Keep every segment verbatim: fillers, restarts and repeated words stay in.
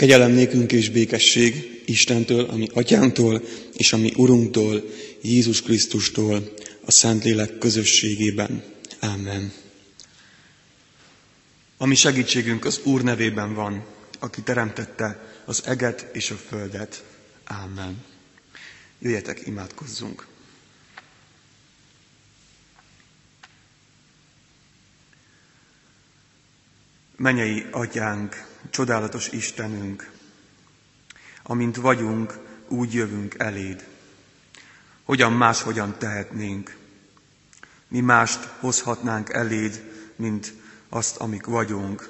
Kegyelem nékünk és békesség Istentől, a mi atyánktól, és a mi Urunktól, Jézus Krisztustól, a Szentlélek közösségében. Ámen. A mi segítségünk az Úr nevében van, aki teremtette az eget és a földet. Ámen. Jöjjetek, imádkozzunk. Mennyei Atyánk, csodálatos Istenünk, amint vagyunk, úgy jövünk eléd. Hogyan máshogyan tehetnénk? Mi mást hozhatnánk eléd, mint azt, amik vagyunk.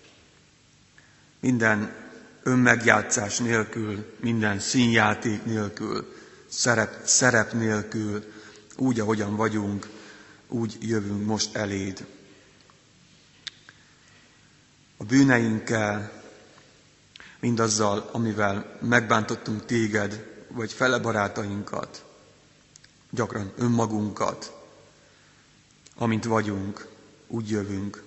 Minden önmegjátszás nélkül, minden színjáték nélkül, szerep, szerep nélkül, úgy, ahogyan vagyunk, úgy jövünk most eléd. A bűneinkkel, mindazzal, amivel megbántottunk téged, vagy fele barátainkat, gyakran önmagunkat, amint vagyunk, úgy jövünk.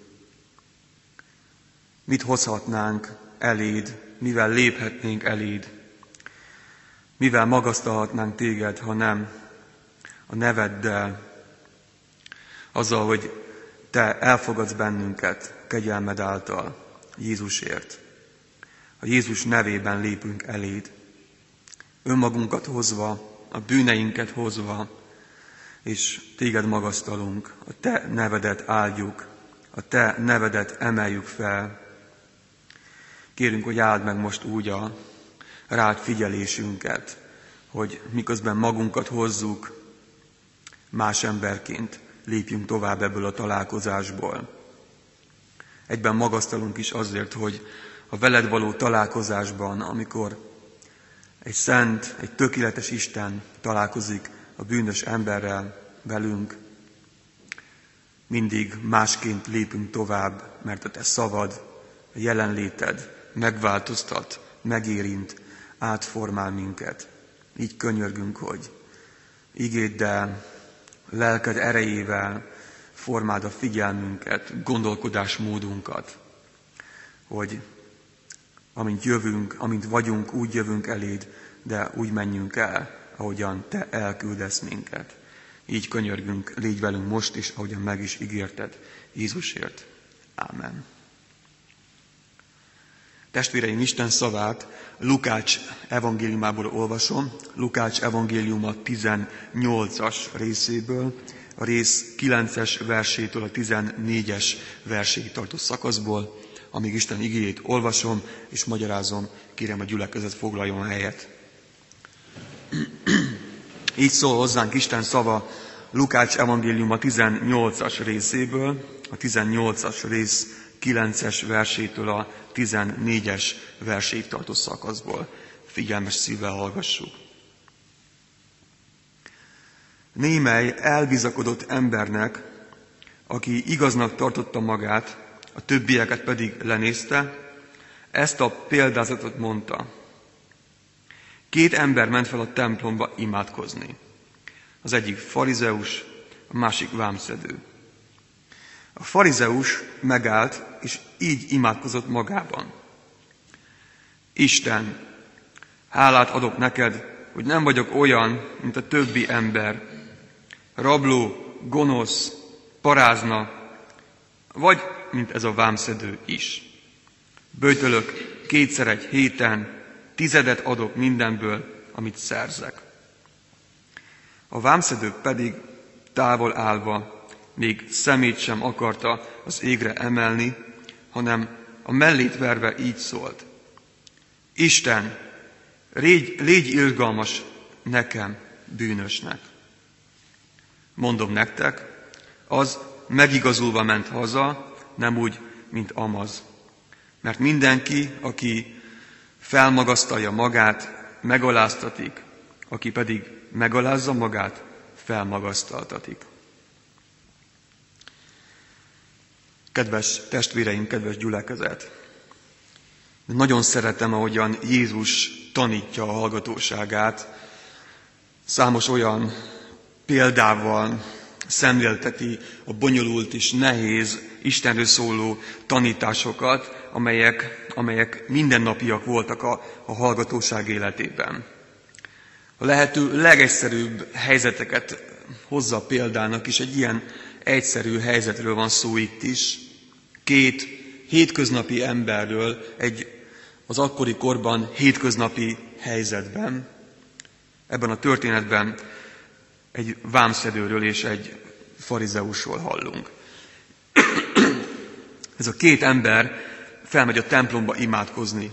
Mit hozhatnánk eléd, mivel léphetnénk eléd, mivel magasztalhatnánk téged, ha nem a neveddel, azzal, hogy te elfogadsz bennünket kegyelmed által, Jézusért. A Jézus nevében lépünk eléd, önmagunkat hozva, a bűneinket hozva, és téged magasztalunk, a te nevedet áldjuk, a te nevedet emeljük fel. Kérünk, hogy áld meg most úgy a rád figyelésünket, hogy miközben magunkat hozzuk, más emberként lépjünk tovább ebből a találkozásból. Egyben magasztalunk is azért, hogy a veled való találkozásban, amikor egy szent, egy tökéletes Isten találkozik a bűnös emberrel, velünk, mindig másként lépünk tovább, mert a te szavad, a jelenléted megváltoztat, megérint, átformál minket. Így könyörgünk, hogy igéddel, lelked erejével formáld a figyelmünket, gondolkodásmódunkat, hogy amint jövünk, amint vagyunk, úgy jövünk eléd, de úgy menjünk el, ahogyan te elküldesz minket. Így könyörgünk, légy velünk most is, ahogyan meg is ígérted Jézusért. Ámen. Testvéreim, Isten szavát Lukács evangéliumából olvasom, Lukács evangéliuma tizennyolcas részéből, a rész kilences versétől a tizennégyes verséig tartó szakaszból. Amíg Isten igéjét olvasom és magyarázom, kérem a gyülekezet foglaljon helyet. Így szól hozzánk Isten szava Lukács evangéliuma tizennyolcas részéből, a tizennyolcas rész kilences versétől a tizennégyes verséig tartó szakaszból. Figyelmes szívvel hallgassuk. Némely elbizakodott embernek, aki igaznak tartotta magát, a többieket pedig lenézte, ezt a példázatot mondta. Két ember ment fel a templomba imádkozni. Az egyik farizeus, a másik vámszedő. A farizeus megállt, és így imádkozott magában. Isten, hálát adok neked, hogy nem vagyok olyan, mint a többi ember, rabló, gonosz, parázna, vagy mint ez a vámszedő is. Böjtölök kétszer egy héten, tizedet adok mindenből, amit szerzek. A vámszedő pedig távol állva még szemét sem akarta az égre emelni, hanem a mellét verve így szólt. Isten, légy, légy irgalmas nekem, bűnösnek. Mondom nektek, az megigazulva ment haza, nem úgy, mint Amaz. Mert mindenki, aki felmagasztalja magát, megaláztatik, aki pedig megalázza magát, felmagasztaltatik. Kedves testvéreim, kedves gyülekezet! Nagyon szeretem, ahogyan Jézus tanítja a hallgatóságát, számos olyan példával szemlélteti a bonyolult és nehéz Istenről szóló tanításokat, amelyek, amelyek mindennapiak voltak a, a hallgatóság életében. A lehető legegyszerűbb helyzeteket hozza példának, és egy ilyen egyszerű helyzetről van szó itt is. Két hétköznapi emberről, egy az akkori korban hétköznapi helyzetben. Ebben a történetben egy vámszedőről és egy farizeusról hallunk. Ez a két ember felmegy a templomba imádkozni.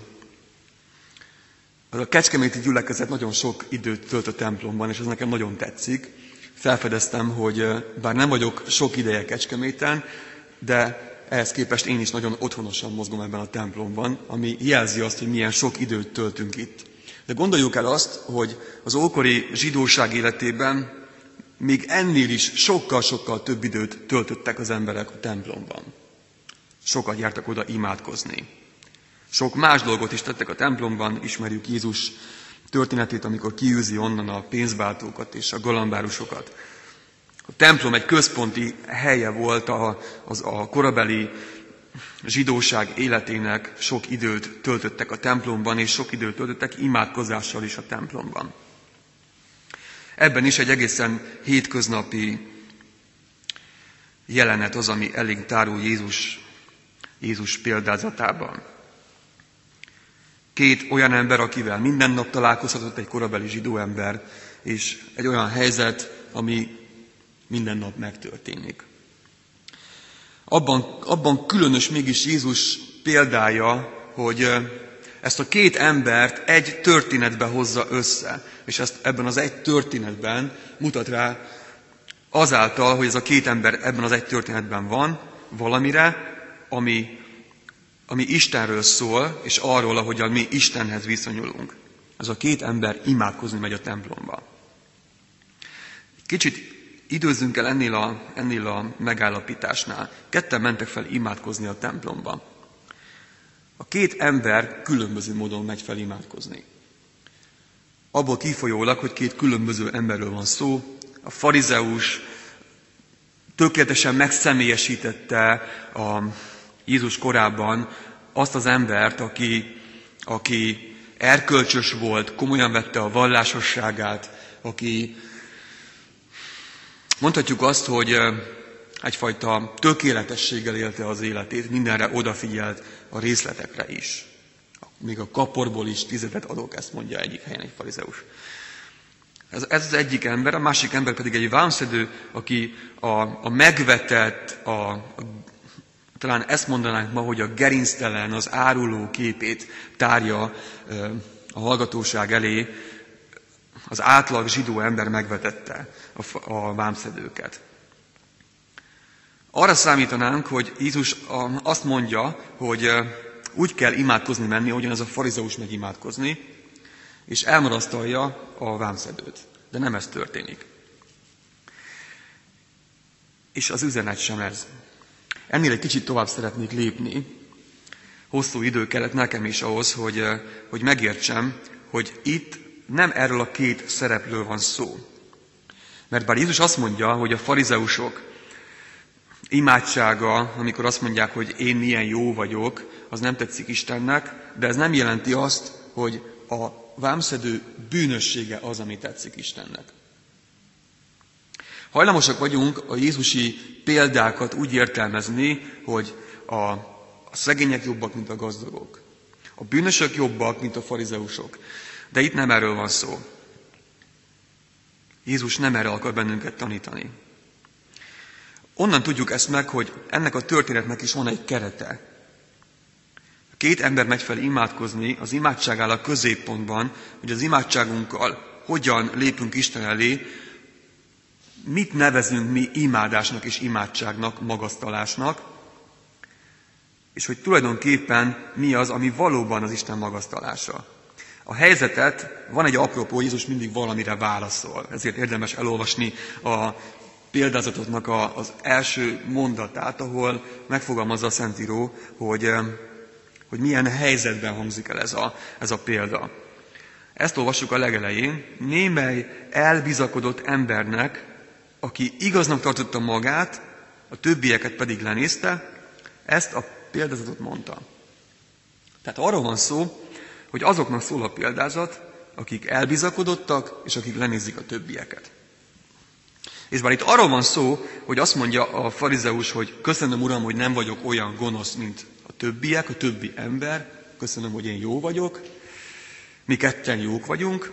A kecskeméti gyülekezet nagyon sok időt tölt a templomban, és ez nekem nagyon tetszik. Felfedeztem, hogy bár nem vagyok sok ideje Kecskeméten, de ehhez képest én is nagyon otthonosan mozgom ebben a templomban, ami jelzi azt, hogy milyen sok időt töltünk itt. De gondoljuk el azt, hogy az ókori zsidóság életében még ennél is sokkal-sokkal több időt töltöttek az emberek a templomban. Sokat jártak oda imádkozni. Sok más dolgot is tettek a templomban, ismerjük Jézus történetét, amikor kiűzi onnan a pénzváltókat és a galambárusokat. A templom egy központi helye volt a, az, a korabeli zsidóság életének, sok időt töltöttek a templomban, és sok időt töltöttek imádkozással is a templomban. Ebben is egy egészen hétköznapi jelenet az, ami elég tárul Jézus, Jézus példázatában. Két olyan ember, akivel minden nap találkozhatott egy korabeli zsidó ember, és egy olyan helyzet, ami minden nap megtörténik. Abban, abban különös mégis Jézus példája, hogy ezt a két embert egy történetbe hozza össze, és ezt ebben az egy történetben mutat rá azáltal, hogy ez a két ember ebben az egy történetben van, valamire, ami, ami Istenről szól, és arról, ahogyan mi Istenhez viszonyulunk. Ez a két ember imádkozni megy a templomba. Kicsit időzzünk el ennél a, ennél a megállapításnál. Ketten mentek fel imádkozni a templomba. A két ember különböző módon megy fel imádkozni. Abból kifolyólag, hogy két különböző emberről van szó, a farizeus tökéletesen megszemélyesítette a Jézus korában azt az embert, aki, aki erkölcsös volt, komolyan vette a vallásosságát, aki mondhatjuk azt, hogy egyfajta tökéletességgel élte az életét, mindenre odafigyelt, a részletekre is. Még a kaporból is tizedet adok, ezt mondja egyik helyen egy farizeus. Ez, ez az egyik ember, a másik ember pedig egy vámszedő, aki a, a megvetett, a, a, talán ezt mondanánk ma, hogy a gerinctelen, az áruló képét tárja a hallgatóság elé, az átlag zsidó ember megvetette a, a vámszedőket. Arra számítanánk, hogy Jézus azt mondja, hogy úgy kell imádkozni menni, ahogyan ez a farizeus megy imádkozni, és elmarasztalja a vámszedőt. De nem ez történik. És az üzenet sem ez. Ennél egy kicsit tovább szeretnék lépni. Hosszú idő kellett nekem is ahhoz, hogy, hogy megértsem, hogy itt nem erről a két szereplőről van szó. Mert bár Jézus azt mondja, hogy a farizeusok imádsága, amikor azt mondják, hogy én milyen jó vagyok, az nem tetszik Istennek, de ez nem jelenti azt, hogy a vámszedő bűnössége az, ami tetszik Istennek. Hajlamosak vagyunk a jézusi példákat úgy értelmezni, hogy a, a szegények jobbak, mint a gazdagok. A bűnösök jobbak, mint a farizeusok. De itt nem erről van szó. Jézus nem erre akar bennünket tanítani. Onnan tudjuk ezt meg, hogy ennek a történetnek is van egy kerete. Két ember megy fel imádkozni, az imádság áll a középpontban, hogy az imádságunkkal hogyan lépünk Isten elé, mit nevezünk mi imádásnak és imádságnak, magasztalásnak, és hogy tulajdonképpen mi az, ami valóban az Isten magasztalása. A helyzetet, van egy apropó, Jézus mindig valamire válaszol, ezért érdemes elolvasni a példázatoknak az első mondatát, ahol megfogalmazza a Szentíró, hogy, hogy milyen helyzetben hangzik el ez a, ez a példa. Ezt olvassuk a legelején. Némely elbizakodott embernek, aki igaznak tartotta magát, a többieket pedig lenézte, ezt a példázatot mondta. Tehát arról van szó, hogy azoknak szól a példázat, akik elbizakodottak, és akik lenézik a többieket. És bár itt arról van szó, hogy azt mondja a farizeus, hogy köszönöm, Uram, hogy nem vagyok olyan gonosz, mint a többiek, a többi ember, köszönöm, hogy én jó vagyok, mi ketten jók vagyunk,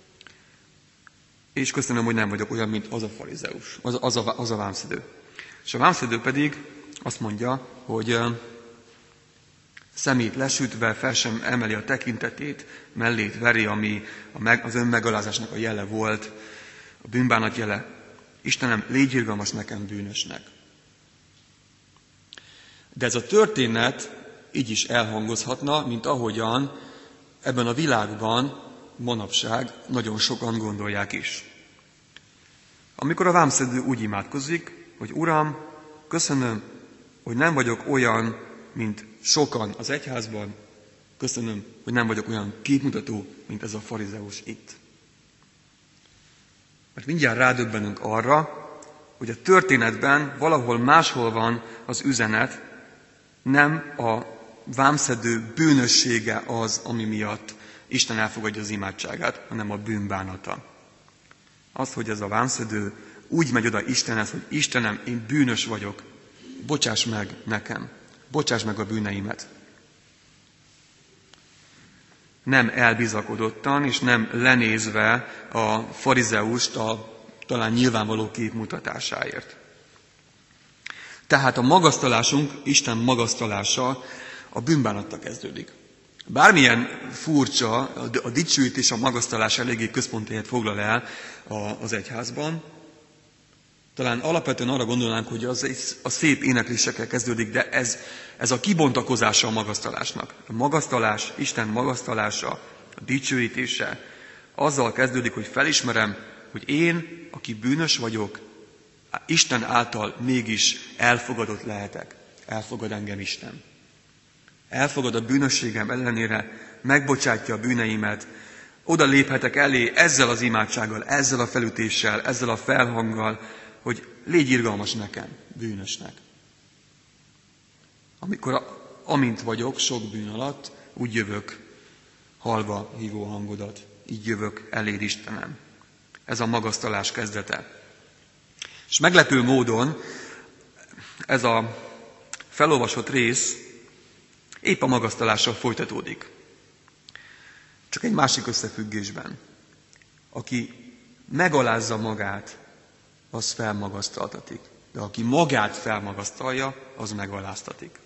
és köszönöm, hogy nem vagyok olyan, mint az a farizeus, az, az, a, az a vámszedő. És a vámszedő pedig azt mondja, hogy szemét lesütve fel sem emeli a tekintetét, mellét veri, ami az önmegalázásnak a jele volt, a bűnbánat jele. Istenem, légy irgalmas nekem bűnösnek. De ez a történet így is elhangozhatna, mint ahogyan ebben a világban manapság nagyon sokan gondolják is. Amikor a vámszedő úgy imádkozik, hogy Uram, köszönöm, hogy nem vagyok olyan, mint sokan az egyházban, köszönöm, hogy nem vagyok olyan képmutató, mint ez a farizeus itt. Mert mindjárt rádöbbenünk arra, hogy a történetben valahol máshol van az üzenet, nem a vámszedő bűnössége az, ami miatt Isten elfogadja az imádságát, hanem a bűnbánata. Az, hogy ez a vámszedő úgy megy oda Istenhez, hogy Istenem, én bűnös vagyok, bocsáss meg nekem, bocsáss meg a bűneimet. Nem elbizakodottan és nem lenézve a farizeust a talán nyilvánvaló képmutatásáért. Tehát a magasztalásunk, Isten magasztalása a bűnbánattal kezdődik. Bármilyen furcsa, a dicsőítés, a magasztalás eléggé központi helyet foglal el az egyházban. Talán alapvetően arra gondolnánk, hogy az a szép éneklésekkel kezdődik, de ez, ez a kibontakozása a magasztalásnak. A magasztalás, Isten magasztalása, a dicsőítése azzal kezdődik, hogy felismerem, hogy én, aki bűnös vagyok, Isten által mégis elfogadott lehetek. Elfogad engem Isten. Elfogad a bűnösségem ellenére, megbocsátja a bűneimet, oda léphetek elé ezzel az imádsággal, ezzel a felütéssel, ezzel a felhanggal, hogy légy irgalmas nekem, bűnösnek. Amikor, amint vagyok sok bűn alatt, úgy jövök halva hívó hangodat, így jövök eléd Istenem. Ez a magasztalás kezdete. És meglepő módon ez a felolvasott rész épp a magasztalással folytatódik. Csak egy másik összefüggésben. Aki megalázza magát, az felmagasztaltatik. De aki magát felmagasztalja, az megaláztatik.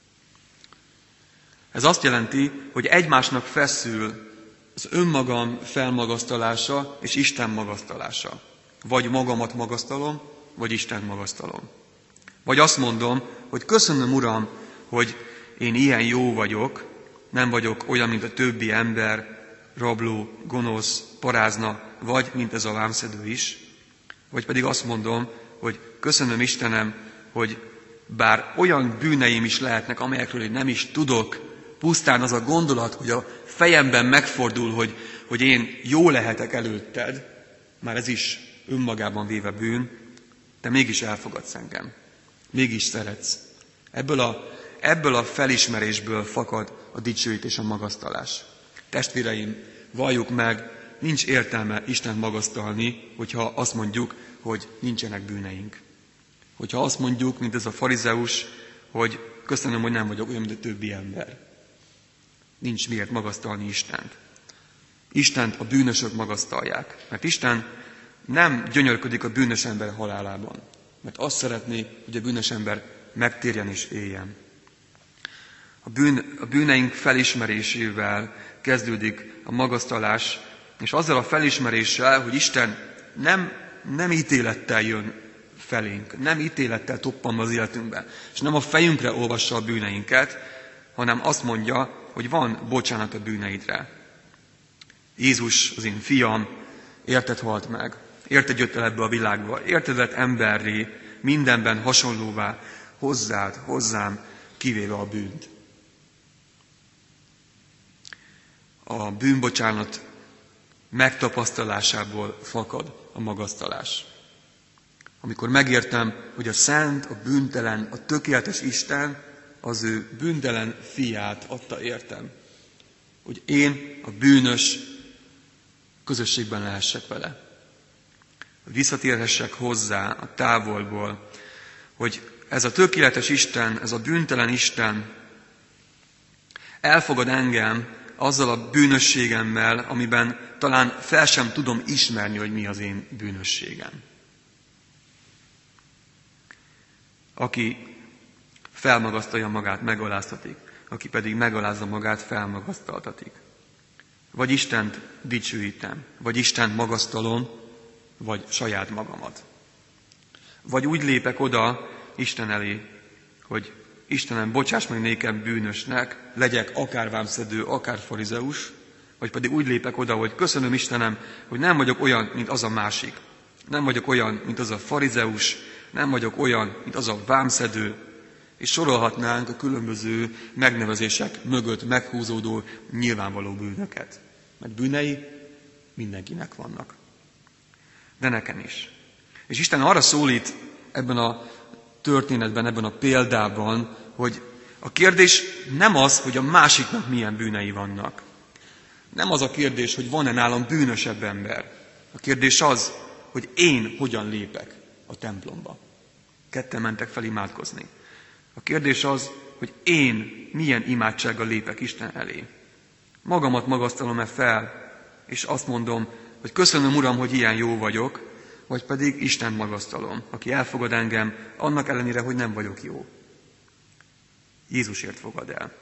Ez azt jelenti, hogy egymásnak feszül az önmagam felmagasztalása és Isten magasztalása. Vagy magamat magasztalom, vagy Isten magasztalom. Vagy azt mondom, hogy köszönöm, Uram, hogy én ilyen jó vagyok, nem vagyok olyan, mint a többi ember, rabló, gonosz, parázna, vagy mint ez a vámszedő is. Vagy pedig azt mondom, hogy köszönöm, Istenem, hogy bár olyan bűneim is lehetnek, amelyekről én nem is tudok, pusztán az a gondolat, hogy a fejemben megfordul, hogy, hogy én jó lehetek előtted, már ez is önmagában véve bűn, te mégis elfogadsz engem. Mégis szeretsz. Ebből a, ebből a felismerésből fakad a dicsőítés, a magasztalás. Testvéreim, valljuk meg, nincs értelme Isten magasztalni, hogyha azt mondjuk, hogy nincsenek bűneink. Hogyha azt mondjuk, mint ez a farizeus, hogy köszönöm, hogy nem vagyok olyan, mint a többi ember. Nincs miért magasztalni Istent. Istent a bűnösök magasztalják. Mert Isten nem gyönyörködik a bűnös ember halálában. Mert azt szeretné, hogy a bűnös ember megtérjen és éljen. A, bűn, a bűneink felismerésével kezdődik a magasztalás, és azzal a felismeréssel, hogy Isten nem, nem ítélettel jön felénk, nem ítélettel toppan az életünkbe, és nem a fejünkre olvassa a bűneinket, hanem azt mondja, hogy van bocsánat a bűneidre. Jézus, az én fiam, érted halt meg, érted jött el ebbe a világba, érted lett emberré, mindenben hasonlóvá, hozzád, hozzám, kivéve a bűnt. A bűnbocsánat megtapasztalásából fakad a magasztalás. Amikor megértem, hogy a szent, a bűntelen, a tökéletes Isten az ő bűntelen fiát adta értem, hogy én a bűnös közösségben lehessek vele. Hogy visszatérhessek hozzá a távolból, hogy ez a tökéletes Isten, ez a bűntelen Isten elfogad engem azzal a bűnösségemmel, amiben talán fel sem tudom ismerni, hogy mi az én bűnösségem. Aki felmagasztalja magát, megaláztatik, aki pedig megalázza magát, felmagasztaltatik. Vagy Istent dicsőítem, vagy Istent magasztalom, vagy saját magamat. Vagy úgy lépek oda Isten elé, hogy Istenem, bocsáss meg nékem bűnösnek, legyek akár vámszedő, akár farizeus, vagy pedig úgy lépek oda, hogy köszönöm Istenem, hogy nem vagyok olyan, mint az a másik. Nem vagyok olyan, mint az a farizeus, nem vagyok olyan, mint az a vámszedő, és sorolhatnánk a különböző megnevezések mögött meghúzódó nyilvánvaló bűnöket. Mert bűnei mindenkinek vannak. De nekem is. És Isten arra szólít ebben a történetben, ebben a példában, hogy a kérdés nem az, hogy a másiknak milyen bűnei vannak. Nem az a kérdés, hogy van-e nálam bűnösebb ember. A kérdés az, hogy én hogyan lépek a templomba. Ketten mentek fel imádkozni. A kérdés az, hogy én milyen imádsággal lépek Isten elé. Magamat magasztalom-e fel, és azt mondom, hogy köszönöm, Uram, hogy ilyen jó vagyok, vagy pedig Istent magasztalom, aki elfogad engem, annak ellenére, hogy nem vagyok jó. Jézusért fogad el.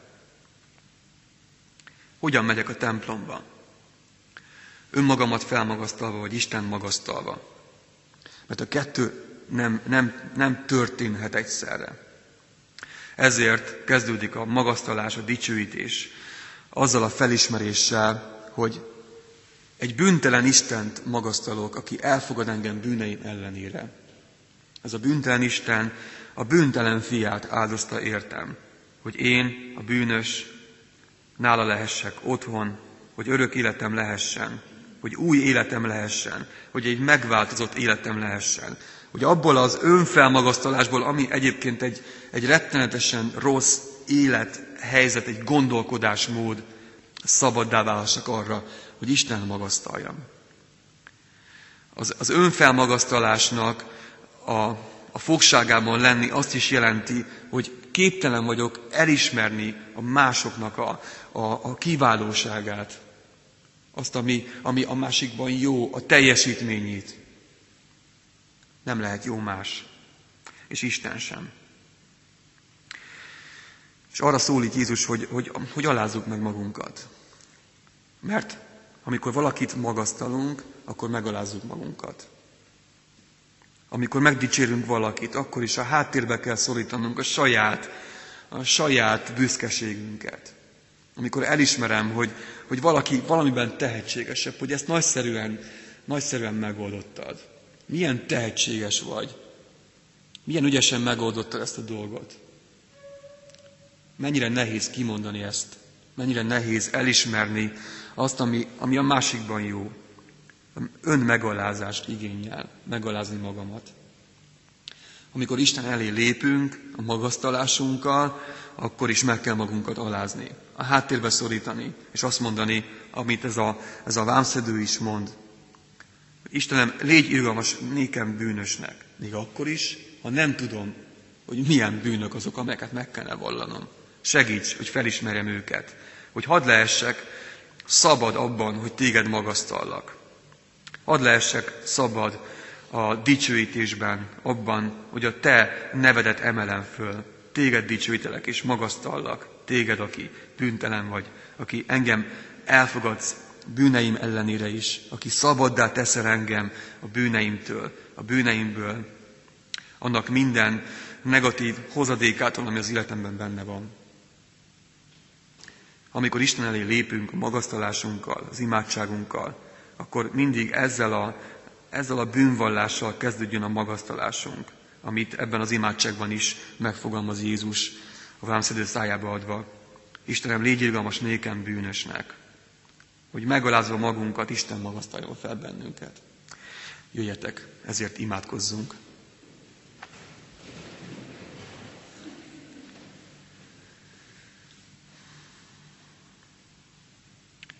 Hogyan megyek a templomba? Önmagamat felmagasztalva, vagy Isten magasztalva. Mert a kettő nem, nem, nem történhet egyszerre. Ezért kezdődik a magasztalás, a dicsőítés, azzal a felismeréssel, hogy egy bűntelen Istent magasztalok, aki elfogad engem bűneim ellenére. Ez a bűntelen Isten a bűntelen fiát áldozta értem, hogy én, a bűnös, nála lehessek otthon, hogy örök életem lehessen, hogy új életem lehessen, hogy egy megváltozott életem lehessen, hogy abból az önfelmagasztalásból, ami egyébként egy, egy rettenetesen rossz élethelyzet, egy gondolkodásmód, szabaddá válhassak arra, hogy Isten magasztaljam. Az, az önfelmagasztalásnak a, a fogságában lenni azt is jelenti, hogy képtelen vagyok elismerni a másoknak a, a, a kiválóságát, azt, ami, ami a másikban jó, a teljesítményét. Nem lehet jó más, és Isten sem. És arra szólít Jézus, hogy, hogy, hogy alázzuk meg magunkat. Mert amikor valakit magasztalunk, akkor megalázzuk magunkat. Amikor megdicsérünk valakit, akkor is a háttérbe kell szorítanunk a saját, a saját büszkeségünket. Amikor elismerem, hogy, hogy valaki valamiben tehetségesebb, hogy ezt nagyszerűen, nagyszerűen megoldottad. Milyen tehetséges vagy. Milyen ügyesen megoldottad ezt a dolgot. Mennyire nehéz kimondani ezt. Mennyire nehéz elismerni azt, ami, ami a másikban jó. Önmegalázást igényel, megalázni magamat. Amikor Isten elé lépünk a magasztalásunkkal, akkor is meg kell magunkat alázni. A háttérbe szorítani, és azt mondani, amit ez a, ez a vámszedő is mond. Istenem, légy irgalmas nékem bűnösnek. Még akkor is, ha nem tudom, hogy milyen bűnök azok, amelyeket meg kellene vallanom. Segíts, hogy felismerjem őket. Hogy hadd lehessek szabad abban, hogy téged magasztallak. Hadd lehessek szabad a dicsőítésben, abban, hogy a te nevedet emelem föl. Téged dicsőítelek és magasztallak. Téged, aki bűntelen vagy, aki engem elfogadsz bűneim ellenére is, aki szabaddá teszel engem a bűneimtől, a bűneimből, annak minden negatív hozadékától, ami az életemben benne van. Amikor Isten elé lépünk a magasztalásunkkal, az imádságunkkal, akkor mindig ezzel a, ezzel a bűnvallással kezdődjön a magasztalásunk, amit ebben az imádságban is megfogalmaz Jézus a vámszedő szájába adva. Istenem, légy irgalmas nékem bűnösnek, hogy megalázva magunkat, Isten magasztaljon fel bennünket. Jöjjetek, ezért imádkozzunk.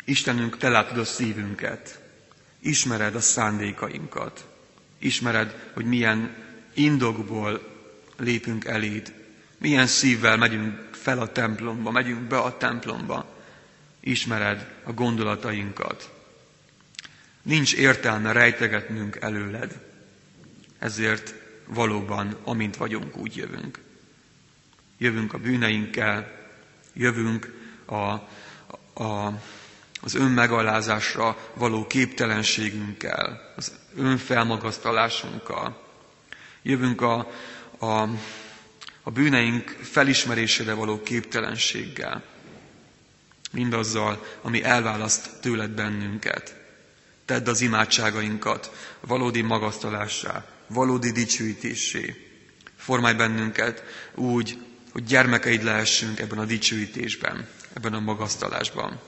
Istenünk, te látod a szívünket, ismered a szándékainkat, ismered, hogy milyen indokból lépünk eléd, milyen szívvel megyünk fel a templomba, megyünk be a templomba, ismered a gondolatainkat. Nincs értelme rejtegetnünk előled, ezért valóban, amint vagyunk, úgy jövünk. Jövünk a bűneinkkel, jövünk a, a, az önmegalázásra való képtelenségünkkel, az önfelmagasztalásunkkal. Jövünk a, a, a bűneink felismerésére való képtelenséggel. Mindazzal, ami elválaszt tőled bennünket. Tedd az imádságainkat valódi magasztalássá, valódi dicsőítésé. Formálj bennünket úgy, hogy gyermekeid lehessünk ebben a dicsőítésben, ebben a magasztalásban.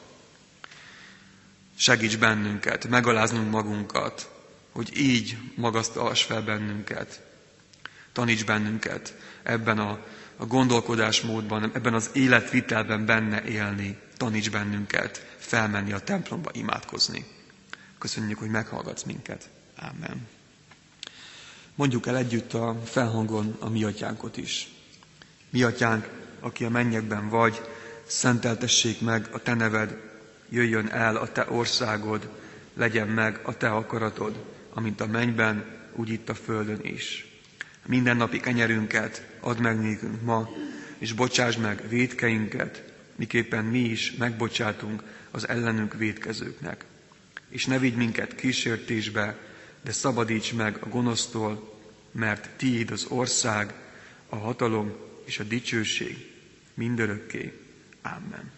Segíts bennünket, megaláznunk magunkat, hogy így magasztalhass fel bennünket. Taníts bennünket ebben a, a gondolkodásmódban, ebben az életvitelben benne élni. Taníts bennünket felmenni a templomba imádkozni. Köszönjük, hogy meghallgatsz minket. Ámen. Mondjuk el együtt a felhangon a mi atyánkot is. Mi atyánk, aki a mennyekben vagy, szenteltessék meg a te neved, jöjjön el a te országod, legyen meg a te akaratod, amint a mennyben, úgy itt a földön is. Mindennapi kenyerünket add meg nékünk ma, és bocsáss meg vétkeinket, miképpen mi is megbocsátunk az ellenünk vétkezőknek. És ne vigy minket kísértésbe, de szabadíts meg a gonosztól, mert tiéd az ország, a hatalom és a dicsőség mindörökké. Amen.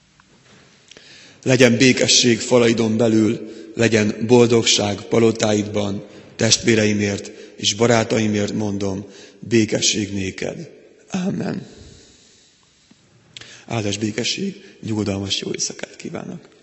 Legyen békesség falaidon belül, legyen boldogság palotáidban, testvéreimért és barátaimért mondom, békesség néked. Amen. Áldás békesség, nyugodalmas jó éjszakát kívánok!